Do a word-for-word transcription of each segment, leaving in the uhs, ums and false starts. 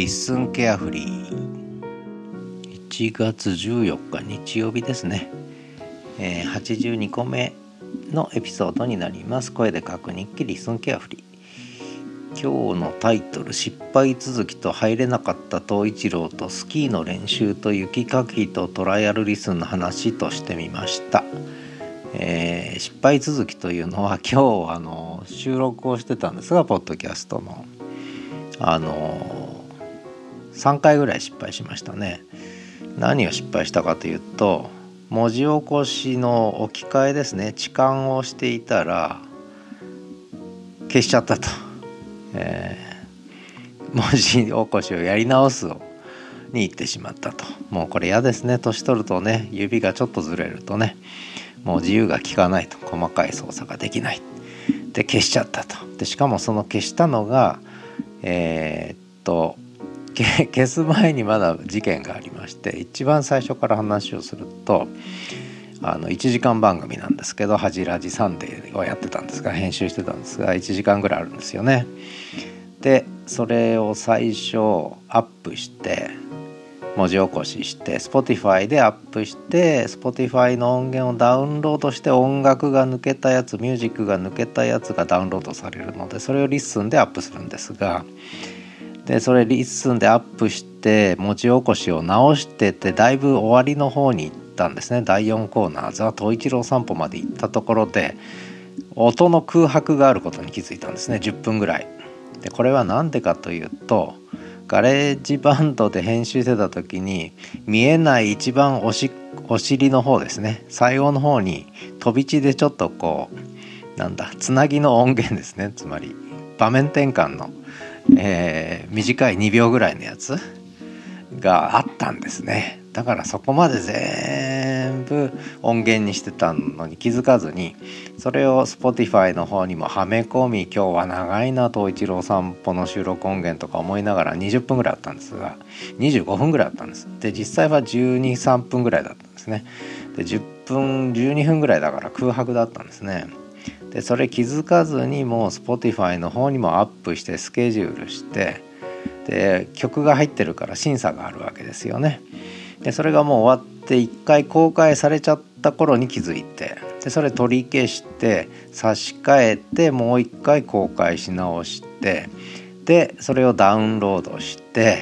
リッスンケアフリーいちがつじゅうよっか日曜日ですね、えー、はちじゅうにこめのエピソードになります。声で書く日記リッスンケアフリー。今日のタイトル、失敗続きと入れなかった東一郎とスキーの練習と雪かきとトライアルリスンの話としてみました。えー、失敗続きというのは今日あの収録をしてたんですが、ポッドキャストのあのさんかいぐらい失敗しましたね。何を失敗したかというと、文字起こしの置き換えですね。置換をしていたら消しちゃったと、えー、文字起こしをやり直すに行ってしまったと。もうこれ嫌ですね。年取るとね、指がちょっとずれるとね、もう自由が利かないと、細かい操作ができないで消しちゃったと。でしかもその消したのがえー、っと消す前にまだ事件がありまして、一番最初から話をすると、あのいちじかん番組なんですけど、はじラジサンデーをやってたんですが、編集してたんですが、いちじかんぐらいあるんですよね。でそれを最初アップして文字起こしして Spotify でアップして、 Spotify の音源をダウンロードして、音楽が抜けたやつ、ミュージックが抜けたやつがダウンロードされるので、それをリッスンでアップするんですが、でそれリッスンでアップして文字起こしを直してて、だいぶ終わりの方に行ったんですね。だいよんコーナーザ・東一郎散歩まで行ったところで、音の空白があることに気づいたんですね。じゅっぷんぐらいで、これは何でかというと、ガレージバンドで編集してた時に見えない一番おしお尻の方ですね、最後の方に飛び地でちょっとこうなんだつなぎの音源ですね、つまり場面転換の、えー、短いにびょうぐらいのやつがあったんですね。だからそこまで全部音源にしてたのに気づかずに、それを Spotify の方にもはめ込み、今日は長いな東一郎散歩の収録音源とか思いながらにじゅっぷんぐらいあったんですが、にじゅうごふんぐらいあったんです。で実際はじゅうに、さんぷんぐらいだったんですね。でじゅっぷん、じゅうにふんぐらいだから空白だったんですね。でそれ気づかずにもう Spotify の方にもアップしてスケジュールして、で曲が入ってるから審査があるわけですよね。でそれがもう終わっていっかい公開されちゃった頃に気づいて、でそれ取り消して差し替えてもう一回公開し直して、でそれをダウンロードして、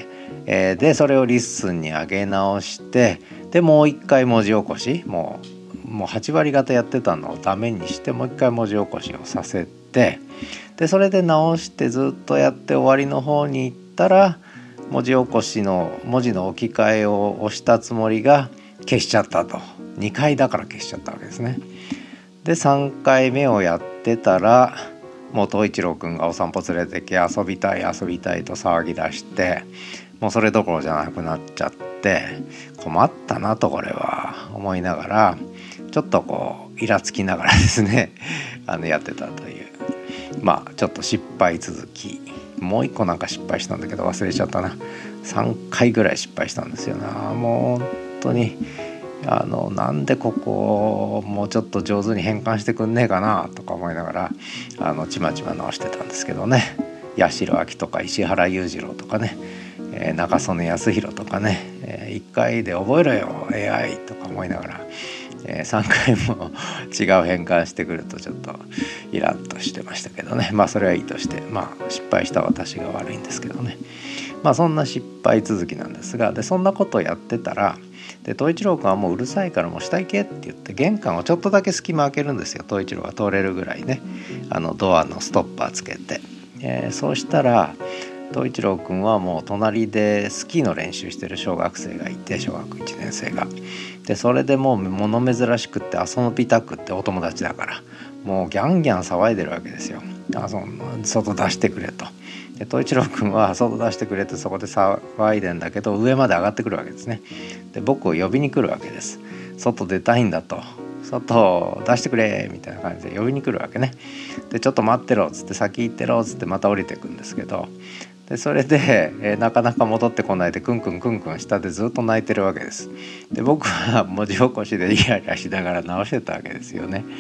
えー、でそれをリッスンに上げ直して、でもう一回文字起こし、もうもうはちわり方やってたのをダメにして、もう一回文字起こしをさせて、でそれで直してずっとやって終わりの方に行ったら、文字起こしの文字の置き換えを押したつもりが消しちゃったと。にかいだから消しちゃったわけですね。でさんかいめをやってたら、もう東一郎くんがお散歩連れてき、遊びたい遊びたいと騒ぎ出して、もうそれどころじゃなくなっちゃって、困ったなとこれは思いながら、ちょっとこうイラつきながらですねあのやってたという、まあちょっと失敗続き。もう一個なんか失敗したんだけど忘れちゃったな。さんかいぐらい失敗したんですよな。もう本当にあのなんでここをもうちょっと上手に変換してくんねえかなとか思いながら、あのちまちま直してたんですけどね。八代亜紀とか石原裕次郎とかね、えー、中曽根康弘とかね、えー、いっかいで覚えろよ エーアイ とか思いながら、えー、さんかいも違う変換してくるとちょっとイラッとしてましたけどね。まあそれはいいとして、まあ失敗した私が悪いんですけどね。まあそんな失敗続きなんですが、でそんなことをやってたら、で東一郎君はもううるさいからもう下行けって言って玄関をちょっとだけ隙間開けるんですよ。東一郎が通れるぐらいね、あのドアのストッパーつけて、えー、そうしたら東一郎くんはもう隣でスキーの練習してる小学生がいて、小学いちねん生が。でそれでもう物珍しくって遊びたくってお友達だからもうギャンギャン騒いでるわけですよ。あそ外出してくれと。で東一郎くんは外出してくれてそこで騒いでんだけど、上まで上がってくるわけですね。で僕を呼びに来るわけです。外出たいんだと、外出してくれみたいな感じで呼びに来るわけね。でちょっと待ってろっつって、先行ってろっつってまた降りてくんですけど、でそれで、えー、なかなか戻ってこないでクンクンクンクン下でずっと泣いてるわけです。で僕は文字起こしでイライラしながら直してたわけですよね。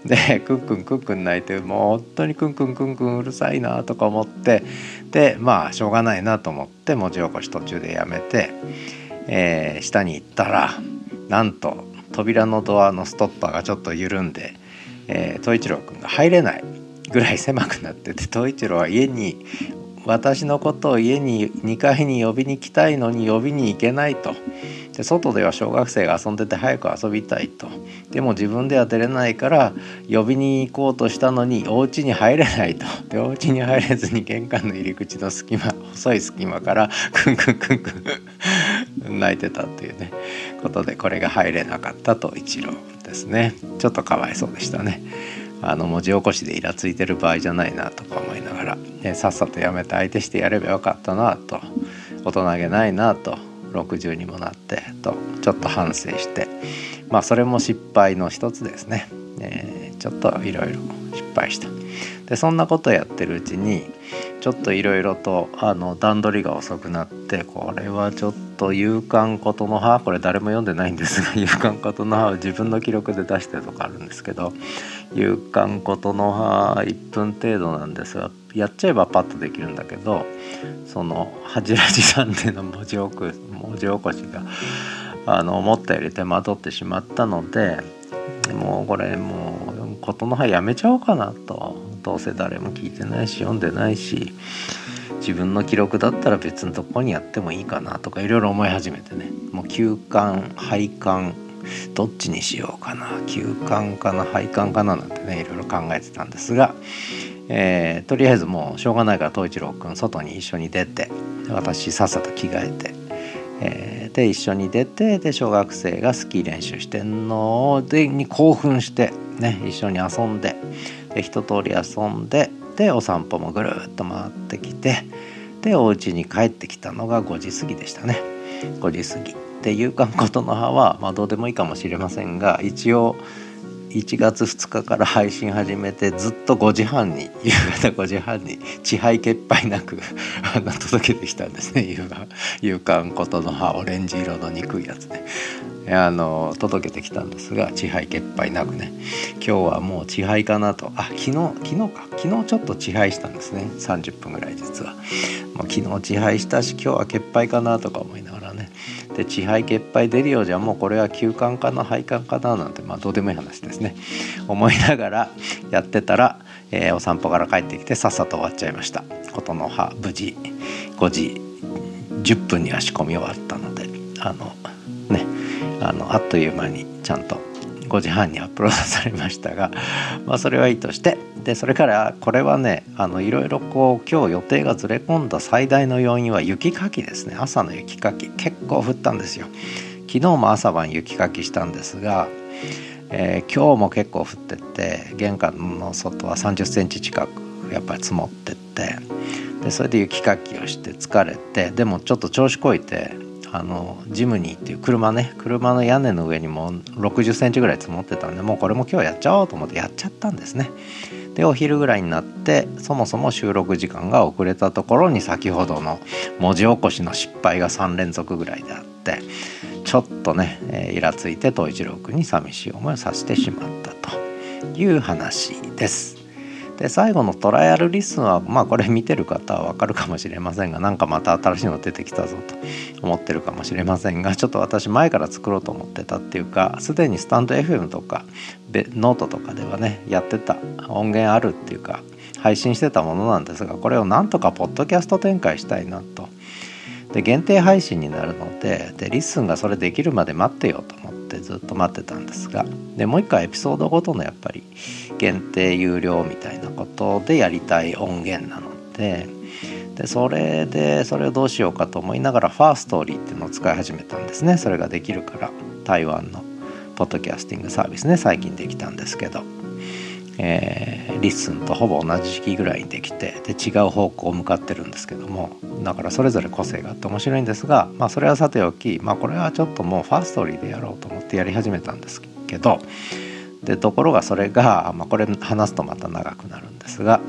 でクンクンクンクン泣いて、もう本当にクンクンクンクンうるさいなとか思って、でまあしょうがないなと思って文字起こし途中でやめて、えー、下に行ったら、なんと扉のドアのストッパーがちょっと緩んで、えー、統一郎くんが入れないぐらい狭くなってて、統一郎は家に、私のことを家ににかいに呼びに来たいのに呼びに行けないと。で外では小学生が遊んでて早く遊びたいと。でも自分では出れないから呼びに行こうとしたのにお家に入れないと。でお家に入れずに玄関の入り口の隙間、細い隙間からクンクンクンクン泣いてたっていうねことで、これが入れなかったと一郎ですね。ちょっとかわいそうでしたね。あの文字起こしでイラついてる場合じゃないなとか思いながら、ね、さっさとやめて相手してやればよかったなと、大人げないなと、ろくじゅうにもなってとちょっと反省して、まあそれも失敗の一つですね。えー、ちょっといろいろ失敗した。でそんなことやってるうちにちょっといろいろとあの段取りが遅くなって、これはちょっと夕刊ことの葉、これ誰も読んでないんですが、夕刊ことの葉を自分の記録で出してるとかあるんですけど、夕刊ことの葉いっぷん程度なんですが、やっちゃえばパッとできるんだけど、そのはじらじさんでの文字起こし文字起こしがあの思ったより手間取ってしまったので、もうこれもうことの葉やめちゃおうかなと。どうせ誰も聞いてないし読んでないし、自分の記録だったら別のとこにやってもいいかなとかいろいろ思い始めてね、もう休刊廃刊どっちにしようかな、休刊かな廃刊かななんてねいろいろ考えてたんですが、えー、とりあえずもうしょうがないから統一郎くん外に一緒に出て、私さっさと着替えて、えー、で一緒に出て、で小学生がスキー練習してんのでに興奮してね、一緒に遊んで、で一通り遊んで、でお散歩もぐるっと回ってきて、でお家に帰ってきたのがごじ過ぎでしたね。ごじ過ぎで、夕刊ことの葉は、まあ、どうでもいいかもしれませんが、一応いちがつふつかから配信始めてずっとごじはんに、夕方ごじはんに血配潔敗なくあの届けてきたんですね。夕刊ことの葉オレンジ色の憎いやつね、あの届けてきたんですが、血配潔敗なくね、今日はもう血配かなと。あ、昨日昨日か昨日ちょっと血配したんですね。さんじゅっぷんぐらい実は。もう昨日血配したし今日は潔敗かなとか思いながらね、で血配潔敗出るようじゃもうこれは休刊かな廃刊かななんて、まあどうでもいい話ですね思いながらやってたら、えー、お散歩から帰ってきてさっさと終わっちゃいました。ことの葉無事ごじじゅっぷんには仕込み終わったので、あのねあのあっという間にちゃんとごじはんにアップロードされましたが、まあそれはいいとして、でそれからこれはね、あのいろいろこう今日予定がずれ込んだ最大の要因は雪かきですね。朝の雪かき結構降ったんですよ。昨日も朝晩雪かきしたんですが、えー、今日も結構降ってて、玄関の外はさんじゅっセンチ近くやっぱり積もってって、でそれで雪かきをして疲れて、でもちょっと調子こいて、あのジムニーっていう車ね、車の屋根の上にもろくじゅっセンチぐらい積もってたんで、もうこれも今日やっちゃおうと思ってやっちゃったんですね。でお昼ぐらいになって、そもそも収録時間が遅れたところに先ほどの文字起こしの失敗がさん連続ぐらいであって、ちょっとね、えー、イラついて統一郎くんに寂しい思いをさせてしまったという話です。で最後のトライアルリスンは、まあこれ見てる方はわかるかもしれませんが、なんかまた新しいの出てきたぞと思ってるかもしれませんが、ちょっと私前から作ろうと思ってたっていうか、すでにスタンド エフエム とかノートとかではねやってた音源あるっていうか配信してたものなんですが、これをなんとかポッドキャスト展開したいなと。で限定配信になるので、でリッスンがそれできるまで待ってよと思ってずっと待ってたんですが、でもう一回エピソードごとのやっぱり限定有料みたいなことでやりたい音源なので、でそれでそれをどうしようかと思いながらファーストーリーっていうのを使い始めたんですね。それができるから、台湾のポッドキャスティングサービスね、最近できたんですけど、えー、リッスンとほぼ同じ時期ぐらいにできて、で違う方向を向かってるんですけども、だからそれぞれ個性があって面白いんですが、まあそれはさておき、まあこれはちょっともうファーストーリーでやろうと思ってやり始めたんですけど、でところがそれが、まあ、これ話すとまた長くなるんですが、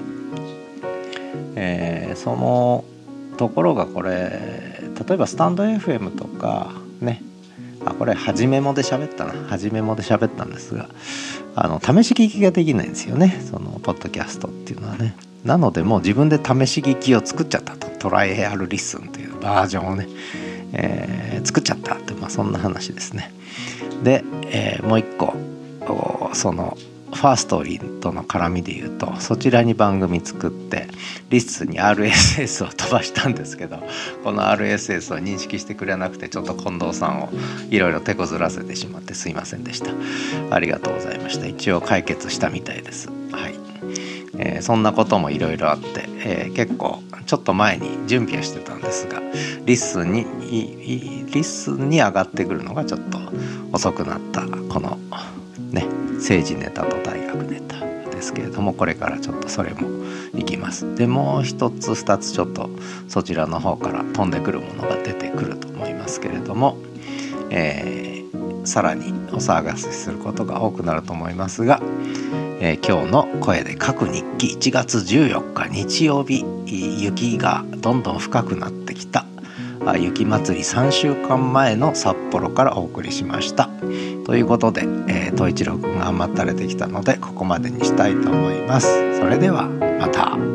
えー、そのところがこれ例えばスタンド エフエム とかね、あこれはじめもで喋ったなはじめもで喋ったんですが、 あの試し聞きができないんですよね、そのポッドキャストっていうのはね。なのでもう自分で試し聞きを作っちゃったと、トライアルリッスンというバージョンをね、えー、作っちゃったって、まあ、そんな話ですね。で、えー、もう一個そのファーストリーとの絡みで言うと、そちらに番組作ってリスに アールエスエス を飛ばしたんですけど、この アールエスエス を認識してくれなくて、ちょっと近藤さんをいろいろ手こずらせてしまってすいませんでした。ありがとうございました。一応解決したみたいです。はい、えー、そんなこともいろいろあって、えー、結構ちょっと前に準備はしてたんですが、リスにリスに上がってくるのがちょっと遅くなったこのね、政治ネタと大学ネタですけれども、これからちょっとそれもいきます。でもう一つ二つちょっとそちらの方から飛んでくるものが出てくると思いますけれども、えー、さらにお騒がせすることが多くなると思いますが、えー、今日の声で書く日記いちがつじゅうよっか日曜日、雪がどんどん深くなってきた雪まつりさんしゅうかんまえの札幌からお送りしました。ということで、えー、東一郎くんが甘ったれてきたのでここまでにしたいと思います。それではまた。